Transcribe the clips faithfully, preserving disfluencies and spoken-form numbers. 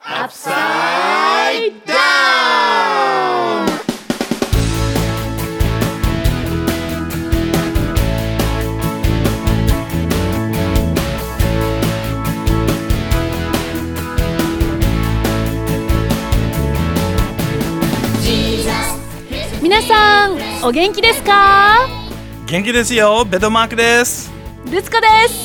Upside Down! 皆さんお元気ですか？ 元気ですよ。ベドマークです。 ルツコです。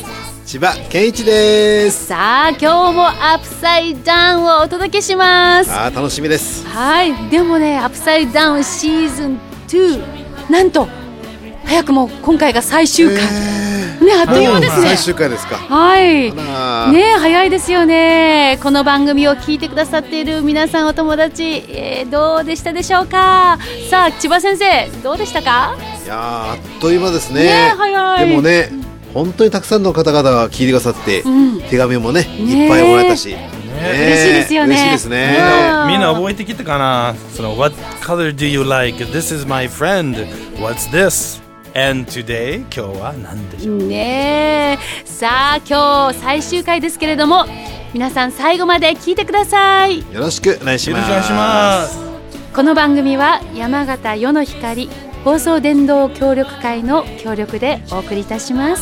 千葉健一です。 さあ今日もアップサイダウンをお届けします。 あー楽しみです。 はい。でもねアップサイダウンシーズンになんと早くも今回が最終回、えー、ねあっという間ですね。 最終回ですか。 はいね早いですよね。この番組を聞いてくださっている皆さんお友達、えー、どうでしたでしょうか。さあ千葉先生どうでしたか？ いやあっという間です ね, ね早い。 でもね本当にたくさんの方々が聞いてくださって、うん、手紙もねいっぱいもらえたし、ねね、嬉しいですよね。 嬉しいですね。 みんな覚えてきたかな。その What color do you like? This is my friend. What's this? And today 今日は何でしょうね。さあ今日最終回ですけれども皆さん最後まで聞いてください。 よろしくお願いします。 よろしくお願いします。 この番組は山形世の光放送伝道協力会の協力でお送りいたします。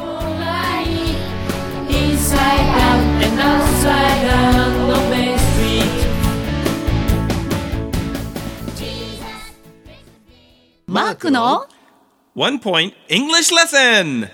マークの One Point English Lesson。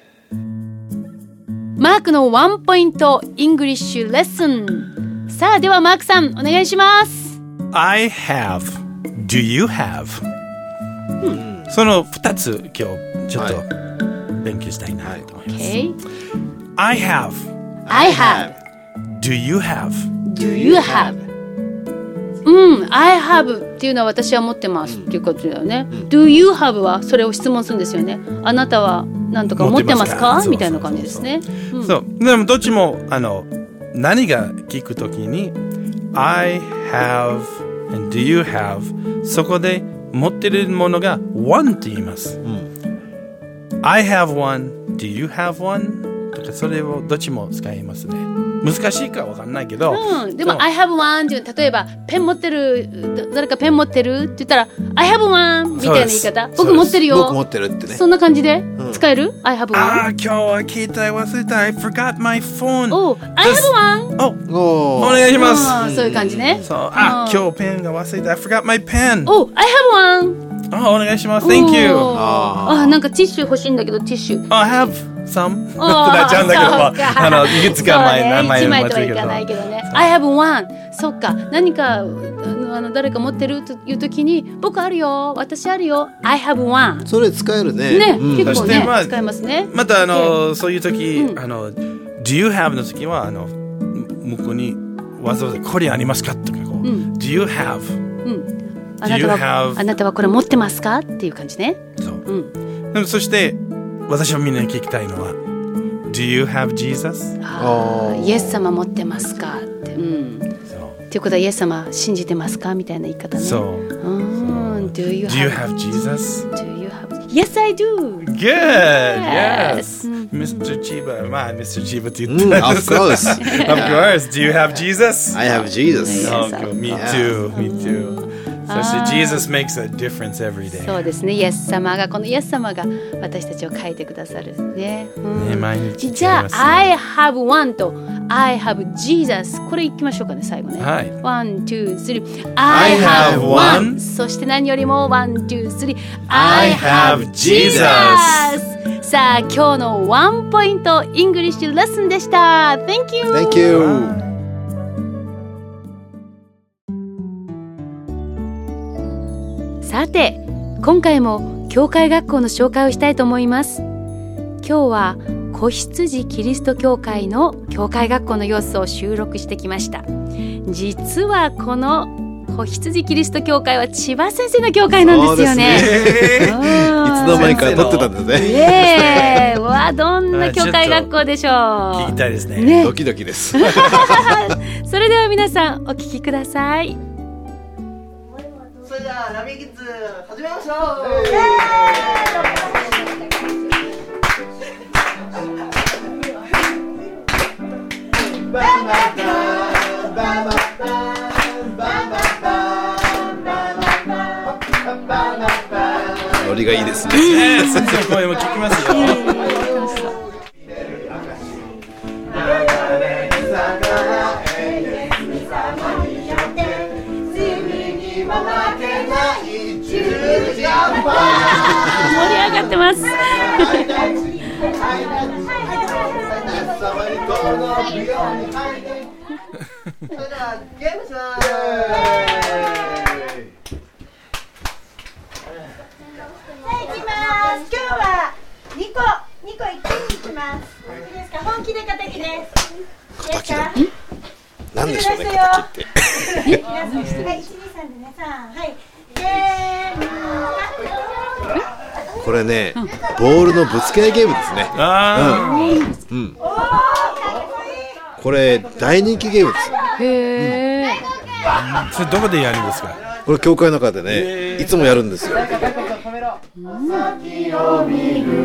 マークのワンポイント English Lesson。さあではマークさんお願いします。 I have Do you have、うん、そのふたつ今日ちょっと勉強したいなと思います、はい、I have I have Do you have Do you have うん、I have っていうのは私は持ってます、うん、っていうことだよね、うん、Do you have はそれを質問するんですよね。あなたは何とか持ってますかみたいな感じですね。 そうでもどっちもあの何が聞くときに I have and do you have そこで持ってるものが one って言います、うん、I have one Do you have one とかそれをどっちも使いますね。難しいか分かんないけど、 うん、でも I have one っていう例えばペン持ってる誰かペン持ってるって言ったら I have one みたいな言い方。僕持ってるよ。 僕持ってるってね。 そんな感じで使える、うん、I have one。 ああ今日は携帯忘れた I forgot my phone。 お I have one。 おお願いします。 そういう感じね。 そうあ今日ペンが忘れた I forgot my pen。 お I have one。 あお願いします Thank you。 あなんかティッシュ欲しいんだけどティッシュ I have some となっちゃうんだけど、まあ、あのいくつか前、 ね、 名前を間違えていかないけどね。I have one。 そっか何かあの誰か持ってるという時に僕あるよ私あるよ I have one。 それ使えるね。 ね、 うん、 結構ね、まあ、使えますね。 またあの、そういう時、うん、あの Do you have の時はあの向こうにわざわざこれありますかとかこう、うん、Do you have、うんあなたは、あなたはこれ持ってますかっていう感じね。 そう、うん、でもそして私はみんなに聞きたいのは Do you have Jesus？ あイエス様持ってますかって、うん、そうっていうことはイエス様信じてますかみたいな言い方ね。 そう、 うん、Do you have, Do you have Jesus? Do you have Yes, I do. Good. Yes. Mister Chiba. まあ、Mister Chiba って言ってたんです。Of course. Of course. Do you have Jesus? I have Jesus. Oh, me too. Me too. そして Jesus makes a difference every day。 そうですね。イエス様がこのイエス様が私たちを変えてくださるね。うん、 ね毎日じゃあ I have one と I have Jesus これいきましょうかね最後ね。 はい。 One, two, three. I have one。そして何よりも One, two, three. I have Jesus。さあ今日のワンポイントイングリッシュレッスンでした。Thank you。 Thank you。 さて今回も教会学校の紹介をしたいと思います。今日は子羊キリスト教会の教会学校の様子を収録してきました。実はこの子羊キリスト教会は千葉先生の教会なんですよね。 そうですね。いつの間にか撮ってたんですね。 えー、わどんな教会学校でしょう。 聞きたいですね。 ねドキドキです。 それでは皆さんお聞きください。 それじゃあラビーキッズ始めましょう。バンバカバンバリがいいですね。 ね、先生声も聞きますよ。 盛り上がってます。 それではゲームします。 はい、行きます。今日はにこ、にこ一気に行きます。いいですか？本気で敵です。 敵だ。なんでしょうね、敵って。 はい、いち、に、さんでね、さん、はい。せーの。 これね、ボールのぶつけ合いゲームですね。 あうん。うん。これ大人気ゲームですよ。 へえ。 あ、それどこでやるんですか？ これ教会の中でね、いつもやるんですよ。 先を見る、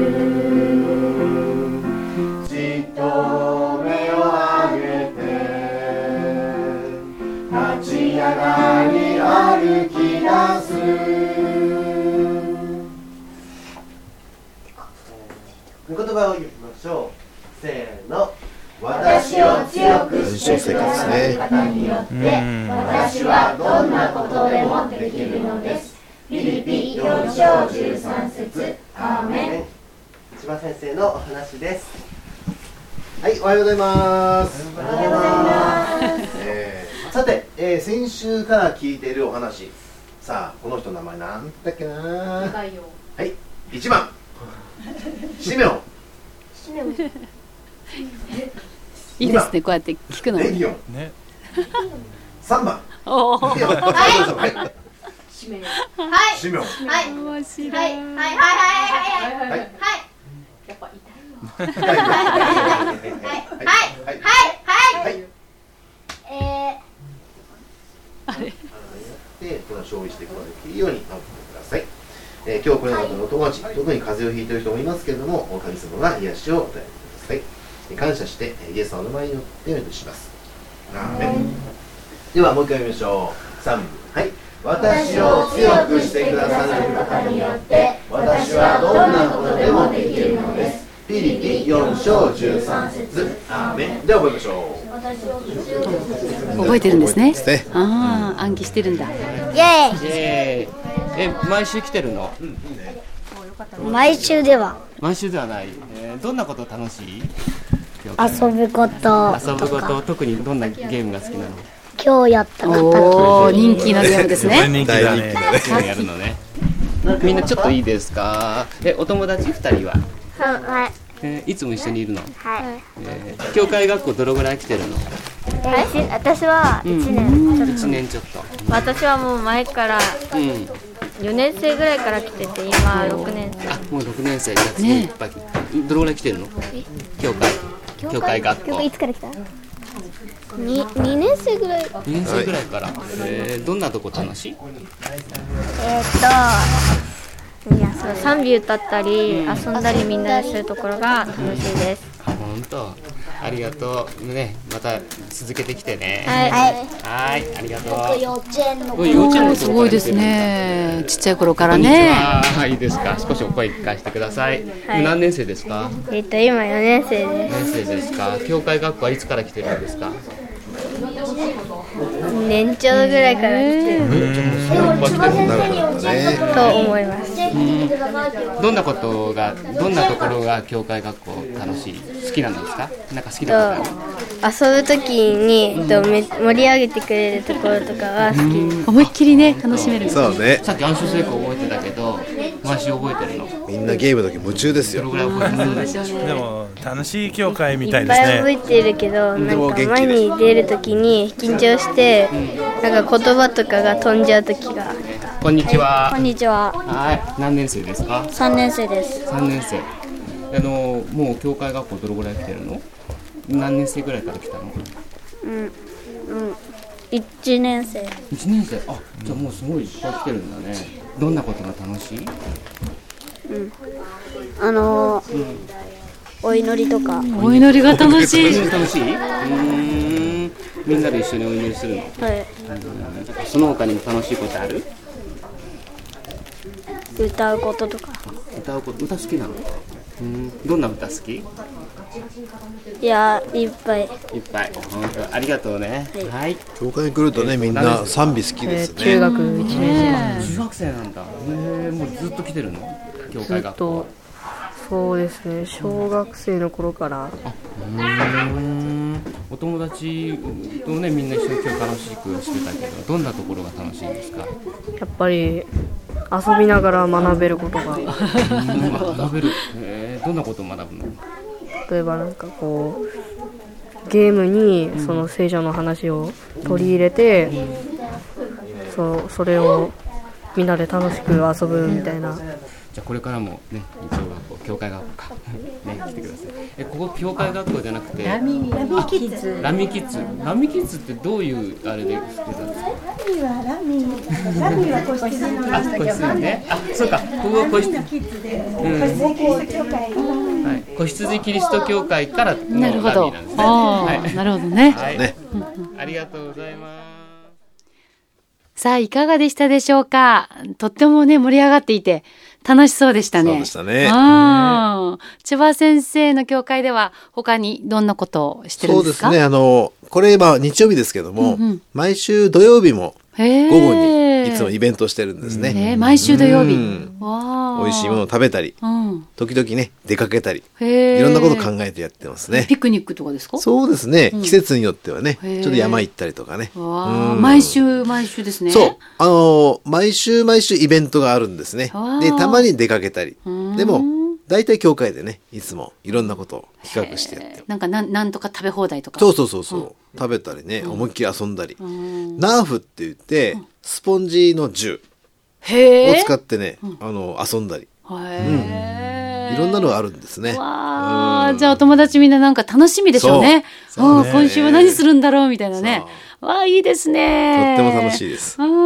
じっと目を上げて、立ち上がり歩き出す。 御言葉を言いましょう。せーの。 私を強くして日常生活ですね。 方によって、私はどんなことでもできるのです。フィリピよん章じゅうさん節。アーメン。 千葉先生のお話です。 はい、おはようございます。 おはようございます。 えー、さて、えー、先週から聞いているお話。さあ、この人の名前なんだっけな。はい、いちばん。シメオン。 シメオン。 いいですね、こうやって聞くの。 レギオン。 ね。 さんばん。 おお。 はい。 シメオン。 はい。 シメオン。 はい。 面白い。 はい。はい。はい。はい。はい。はい。 やっぱ痛いよ。 はい。はい。はい。はい。はい。 えで、この勝利していくことができるように頑張ってください。えー、今日これまでのお友達、特に風邪をひいている人もいますけれども、お神様が癒しを与えてください。感謝してイエス様の前によってお祈りします。アーメン。ではもう一回読みましょう。さん部。はい。私を強くしてくださる方によって私はどんなことでもできるのです。フィリピよん章じゅうさん節。アーメン。では覚えましょう。 覚えてるんですね。 ですね。 ああ、暗記してるんだ。 イエーイ。 えー、え毎週来てるの？ 毎週では毎週ではない、えー、どんなこと楽しい？ 遊ぶこと遊ぶこと、特にどんなゲームが好きなの？ 今日やった方おお、人気のゲームですね。 人気だね。 やるのね。みんなちょっといいですか？え、お友達ふたりは？ はいえー、いつも一緒にいるの？ はいえー、教会学校どのぐらい来てるの？ 私はいちねんちょっいちねんちょっと。 私はもう前からうんよねん生ぐらいから来てて、今ろくねん生。 あ、もうろくねん生じゃあ次いっぱい、どのぐらい来てるの？教会教会学校いつから来た？ににねん生ぐらい。 にねん生ぐらいから、えー、どんなとこ楽しい？ えーっといや、そう賛美歌ったり遊んだりみんなでするところが楽しいです。 本当、ありがとうね。また続けてきてね。 はい、 はい、ありがとう。 幼稚園のお幼稚園のすごいですね。ちっちゃい頃からこんにちね。 は。いいですか。少しお声聞かせてください。 はい何年生ですか？ えっと今よねん生でよねん生ですか。教会学校はいつから来てるんですか？ す。年長ぐらいから来てるいっぱい来てる。 なるほどね。 と思います。 どんなことが、どんなところが教会学校楽しい、好きなんですか？なんか好きなことある？ 遊ぶときにとめ盛り上げてくれるところとかは好きです。 思いっきりね、楽しめる。 そうね。 さっき暗唱成功覚えてたけど、毎週覚えてるの？ みんなゲームの時夢中ですよ。 どのぐらい覚えてるの？ でも楽しい教会みたいいっですね。 ぱい覚えてるけど、なんかでも元気前に出るときに緊張して、なんか言葉とかが飛んじゃうときが。 こんにちは。 こんにちは。 はい、何年生ですか？ さんねん生です。 さんねん生。あのもう教会学校どのぐらい来てるの？何年生ぐらいから来たの？ いちねん生。 いちねん生。あ、じゃあもうすごいいっぱい来てるんだね。どんなことが楽しい？ あのーお祈りとか。 お祈りが楽しい。 楽しい？うーん。みんなで一緒にお祈りするの？ はい。 その他にも楽しいことある？ 歌うこととか。 歌うこと、歌好きなの？うん、どんな歌好き？ いや、いっぱい。 いっぱい。本当ありがとうね。はい。 教会に来るとね、みんな賛美好きですね。 中学いちねん生。中学生なんだ。へえ、もうずっと来てるの？教会学校。 そうですね、小学生の頃から。 うーん、お友達とね、みんな一緒に今日楽しくしてたけど、どんなところが楽しいんですか？ やっぱり遊びながら学べることが。 学べる、えー、どんなことを学ぶの？ 例えばなんかこうゲームにその聖書の話を取り入れて、うん、そ, それをみんなで楽しく遊ぶみたいな。 じゃあこれからもね、一応学校、教会学校かね、来てください。え、ここ教会学校じゃなくてラミラミキッズ。 ラミキッズ。ラミキッズってどういうあれで出たんですか？ ラミはラミ、ラミは個室の。 あ、個室ね。あ、そうか。ここは個室。 キッズで、個室キリスト教会。 はい。個室キリスト教会からのラミなるほど。 なんですね。 はい。なるほどね。 はい。 ね。 ありがとうございます。 さあ、いかがでしたでしょうか？とってもね、盛り上がっていて楽しそうでしたね。 そうでしたね。 あ千葉先生の教会では他にどんなことをしてるんですか？ そうですね。あのこれ今日曜日ですけども、うんうん、毎週土曜日も午後にいつもイベントをしてるんですね。 えー、毎週土曜日。 わ美味しいものを食べたり、うん、時々ね出かけたり、 いろんなことを考えてやってますね。 ピクニックとかですか？ そうですね。うん、季節によってはね、ちょっと山行ったりとかね。 うん、毎週毎週ですね。 そう、あのー、毎週毎週イベントがあるんですね。で、たまに出かけたり。でも大体教会でね、いつもいろんなことを企画してやってる。 なんかなんなんとか食べ放題とか。 そうそうそうそう。うん、食べたりね、思いっきり遊んだり。うん、ナーフって言って、スポンジの銃を使ってね、あの遊んだり。へー、うん、いろんなのがあるんですね。 わー、じゃあお友達みんななんか楽しみでしょうね。そうそうね、今週は何するんだろうみたいなね。わあ、いいですね。 とっても楽しいです。 あ、うん、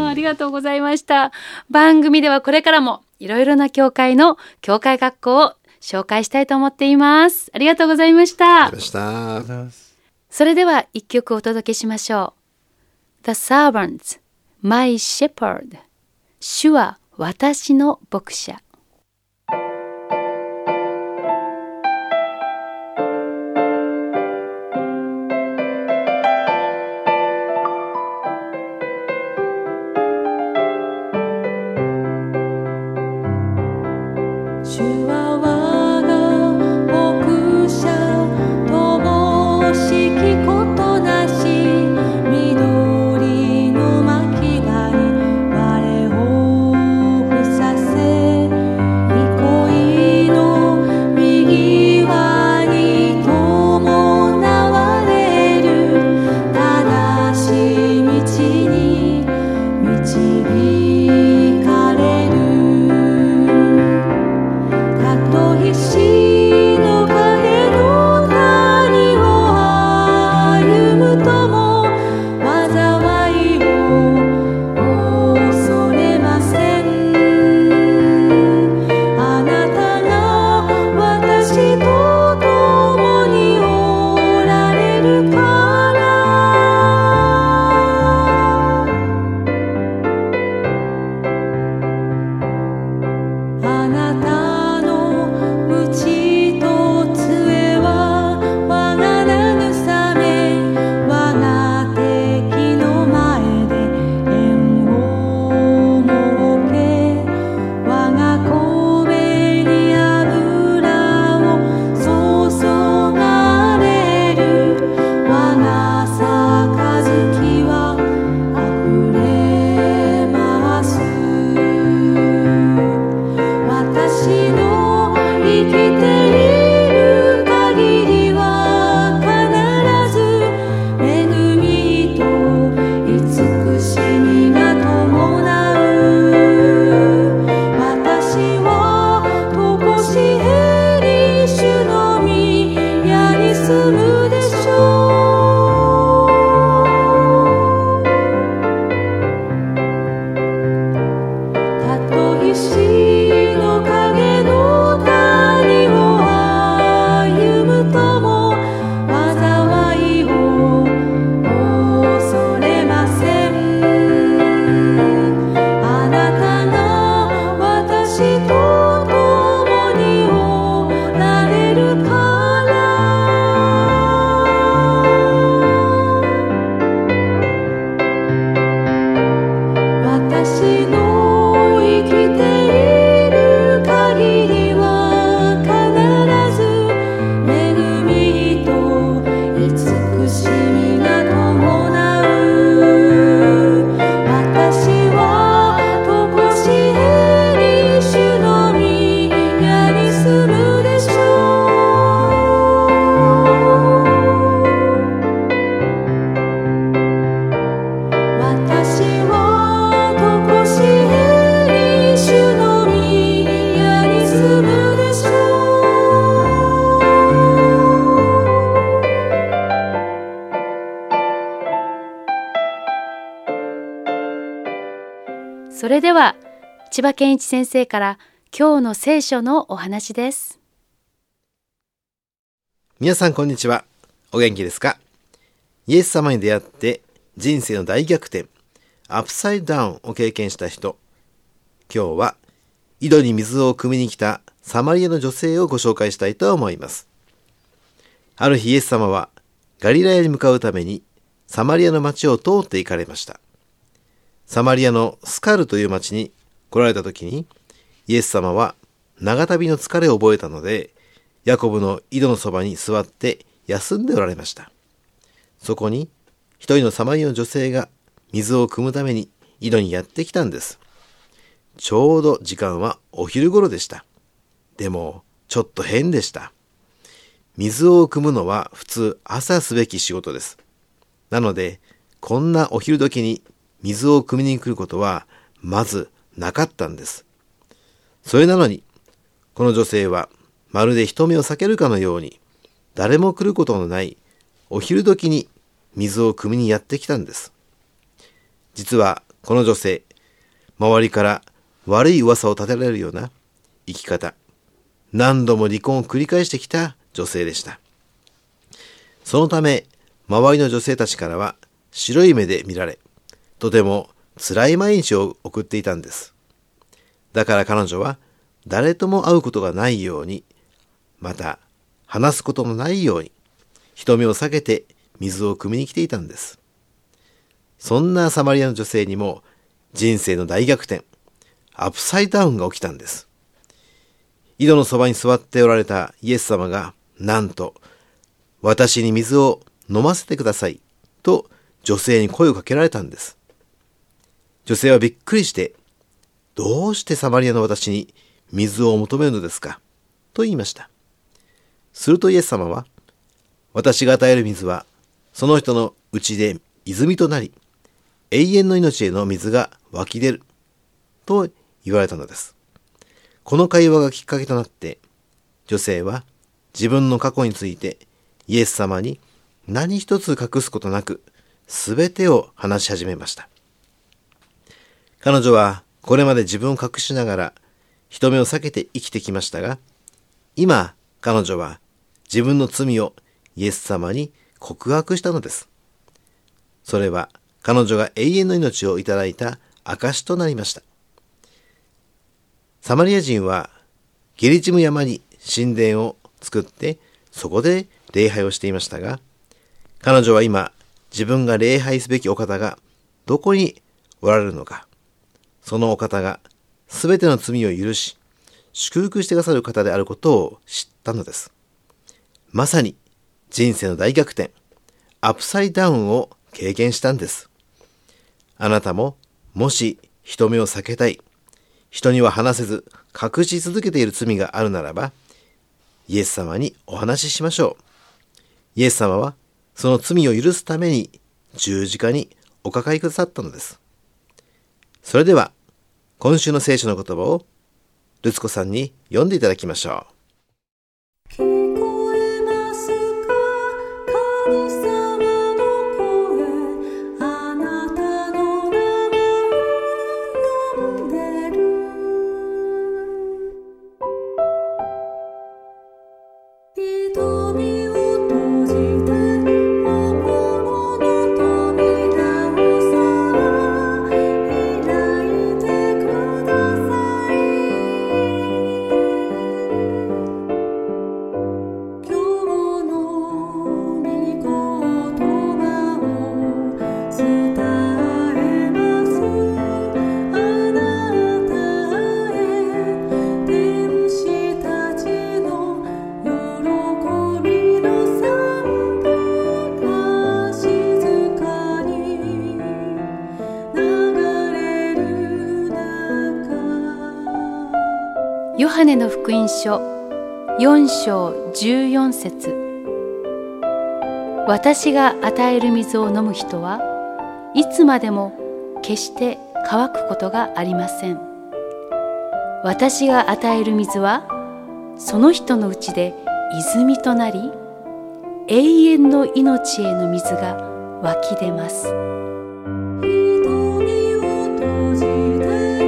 ありがとうございました。番組ではこれからもいろいろな教会の教会学校を紹介したいと思っています。ありがとうございました。 ありがとうございました。 それでは一曲お届けしましょう。The Servants, My Shepherd。主は私の牧者。 我をふさせそれでは千葉健一先生から今日の聖書のお話です。 皆さんこんにちは。お元気ですか？イエス様に出会って人生の大逆転、アップサイドダウンを経験した人、今日は井戸に水を汲みに来たサマリアの女性をご紹介したいと思います。ある日イエス様はガリラヤに向かうためにサマリアの町を通って行かれました。サマリアのスカルという町に来られた時に、イエス様は長旅の疲れを覚えたので、ヤコブの井戸のそばに座って休んでおられました。そこに一人のサマリアの女性が水を汲むために井戸にやってきたんです。ちょうど時間はお昼頃でした。でもちょっと変でした。水を汲むのは普通朝すべき仕事です。なのでこんなお昼時に水を汲みに来ることはまずなかったんです。それなのにこの女性はまるで人目を避けるかのように誰も来ることのないお昼時に水を汲みにやってきたんです。実はこの女性、周りから悪い噂を立てられるような生き方、何度も離婚を繰り返してきた女性でした。そのため周りの女性たちからは白い目で見られ、とても辛い毎日を送っていたんです。だから彼女は誰とも会うことがないように、また話すことのないように人目を避けて水を汲みに来ていたんです。そんなサマリアの女性にも人生の大逆転、アップサイドダウンが起きたんです。井戸のそばに座っておられたイエス様が、なんと私に水を飲ませてくださいと女性に声をかけられたんです。女性はびっくりして、どうしてサマリアの私に水を求めるのですかと言いました。するとイエス様は、私が与える水はその人のうちで泉となり、永遠の命への水が湧き出ると言われたのです。この会話がきっかけとなって、女性は自分の過去についてイエス様に何一つ隠すことなくすべてを話し始めました。彼女はこれまで自分を隠しながら人目を避けて生きてきましたが、今彼女は自分の罪をイエス様に告白したのです。それは彼女が永遠の命をいただいた証となりました。サマリア人はゲリジム山に神殿を作ってそこで礼拝をしていましたが、彼女は今自分が礼拝すべきお方がどこにおられるのか、そのお方がすべての罪を許し祝福してくださる方であることを知ったのです。まさに人生の大逆転、アップサイドダウンを経験したんです。あなたももし人目を避けたい、人には話せず隠し続けている罪があるならば、イエス様にお話ししましょう。イエス様はその罪を許すために十字架におかかりくださったのです。それでは今週の聖書の言葉をルツコさんに読んでいただきましょう。 ヨハネの福音書よん章じゅうよん節、私が与える水を飲む人はいつまでも決して乾くことがありません。私が与える水はその人のうちで泉となり、永遠の命への水が湧き出ます。 瞳を閉じて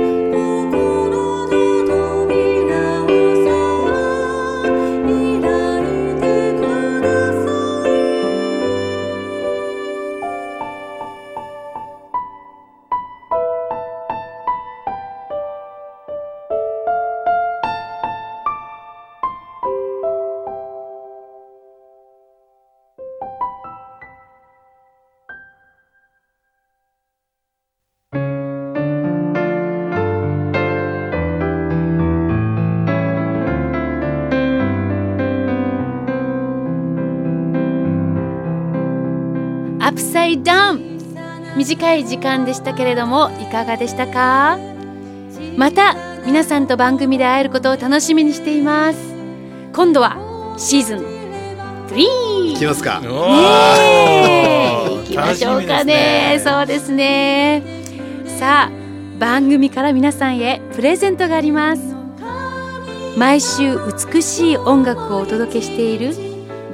短い時間でしたけれどもいかがでしたか？また皆さんと番組で会えることを楽しみにしています。今度はシーズンスリー来ますか？ ねえ行きましょうかね。そうですね。さあ番組から皆さんへプレゼントがあります。毎週美しい音楽をお届けしている The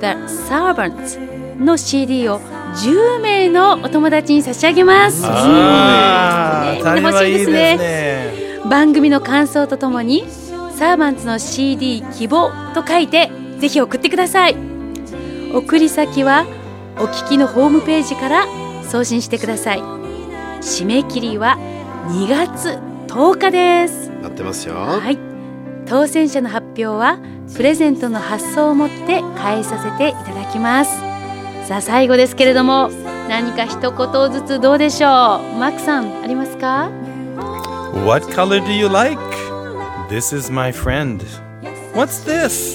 Servants の シーディー をじゅうめいのお友達に差し上げます。 あー、 ね、みんな欲しいですね。 いいですね。 番組の感想とともにサーバンツの シーディー 希望と書いてぜひ送ってください。送り先はお聞きのホームページから送信してください。締め切りはにがつとおかです。 待ってますよ。 はい、当選者の発表はプレゼントの発送をもって返させていただきます。さあ最後ですけれども何か一言ずつどうでしょう。マックさんありますか？ What color do you like? This is my friend. What's this?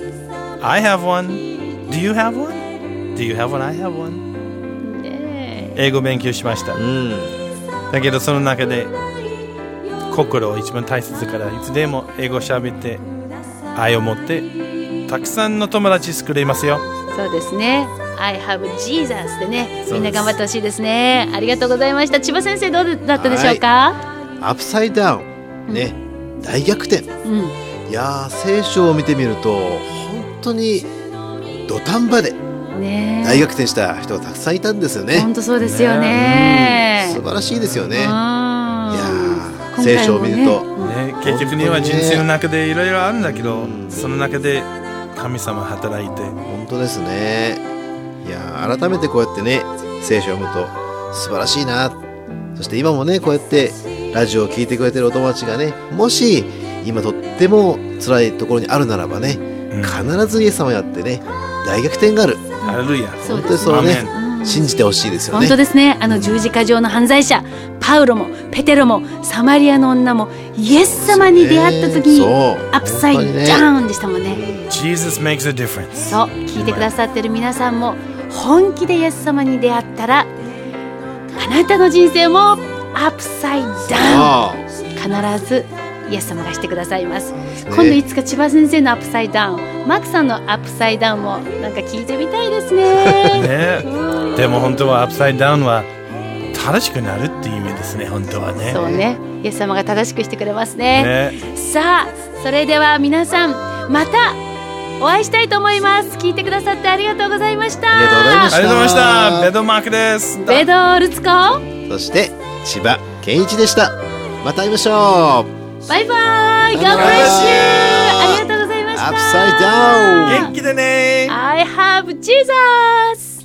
I have one. Do you have one? Do you have one? I have one. ねえ、 英語勉強しました。 うん。 だけどその中で心を一番大切からいつでも英語を喋って愛を持ってたくさんの友達作れますよ。 そうですね。I have Jesus でね、みんな頑張ってほしいですね。ありがとうございました。千葉先生どうだったでしょうか？ アップサイダウンね、うん、大逆転、うん、いやー聖書を見てみると本当に土壇場で大逆転した人がたくさんいたんですよね。 本当そうですよね、 うん、素晴らしいですよね。いやー聖書を見ると、 ね、結局には人生の中でいろいろあるんだけど、うん、その中で神様働いて本当ですね。いや改めてこうやってね聖書を読むと素晴らしいな。そして今もねこうやってラジオを聞いてくれてるお友達がねもし今とっても辛いところにあるならばね、うん、必ずイエス様やってね大逆転がある。 ハレルヤ。 本当にそうね、うん、信じてほしいですよね。 本当ですね。あの十字架上の犯罪者パウロもペテロもサマリアの女もイエス様に出会った時にアップサイダウンでしたもんね。 Jesus makes a difference。 そう聞いてくださってる皆さんも本気でイエス様に出会ったらあなたの人生もアップサイダウン必ずイエス様がしてくださいます、ね、今度いつか千葉先生のアップサイダウンマックさんのアップサイダウンもなんか聞いてみたいです ね, ねでも本当はアップサイダウンは正しくなるっていう意味ですね。本当はね。 そうね、イエス様が正しくしてくれます ね, ねさあそれでは皆さんまたお会いしたいと思います。聞いてくださってありがとうございました。 ありがとうございました。 ありがとうございました。ベドマークです。 ベドルツコ、 そして千葉健一でした。また会いましょう。 バイバイ。God bless you。ありがとうございました。 アップサイダウン。 元気でね。 I have Jesus。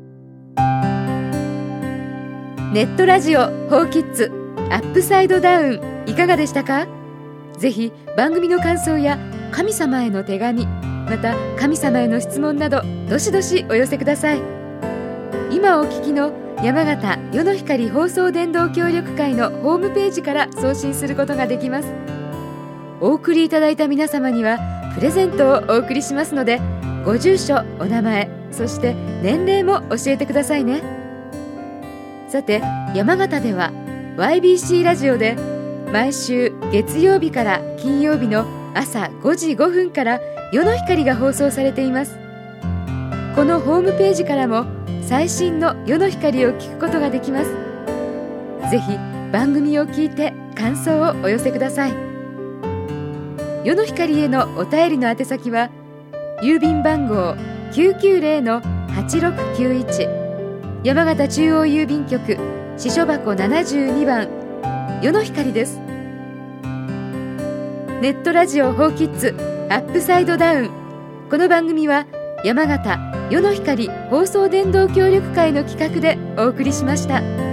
ネットラジオフォーキッズアップサイドダウンいかがでしたか？ぜひ番組の感想や神様への手紙、また神様への質問などどしどしお寄せください。今お聞きの山形世の光放送伝道協力会のホームページから送信することができます。お送りいただいた皆様にはプレゼントをお送りしますので、ご住所、お名前、そして年齢も教えてくださいね。さて山形では ワイビーシー ラジオで毎週月曜日から金曜日の朝ごじごふんから世の光が放送されています。このホームページからも最新の世の光を聞くことができます。ぜひ番組を聞いて感想をお寄せください。世の光へのお便りの宛先は郵便番号 きゅうきゅうゼロのはちろくきゅういち 山形中央郵便局支所箱ななじゅうにばん世の光です。ネットラジオフォーキッズアップサイドダウン、この番組は山形世の光放送伝道協力会の企画でお送りしました。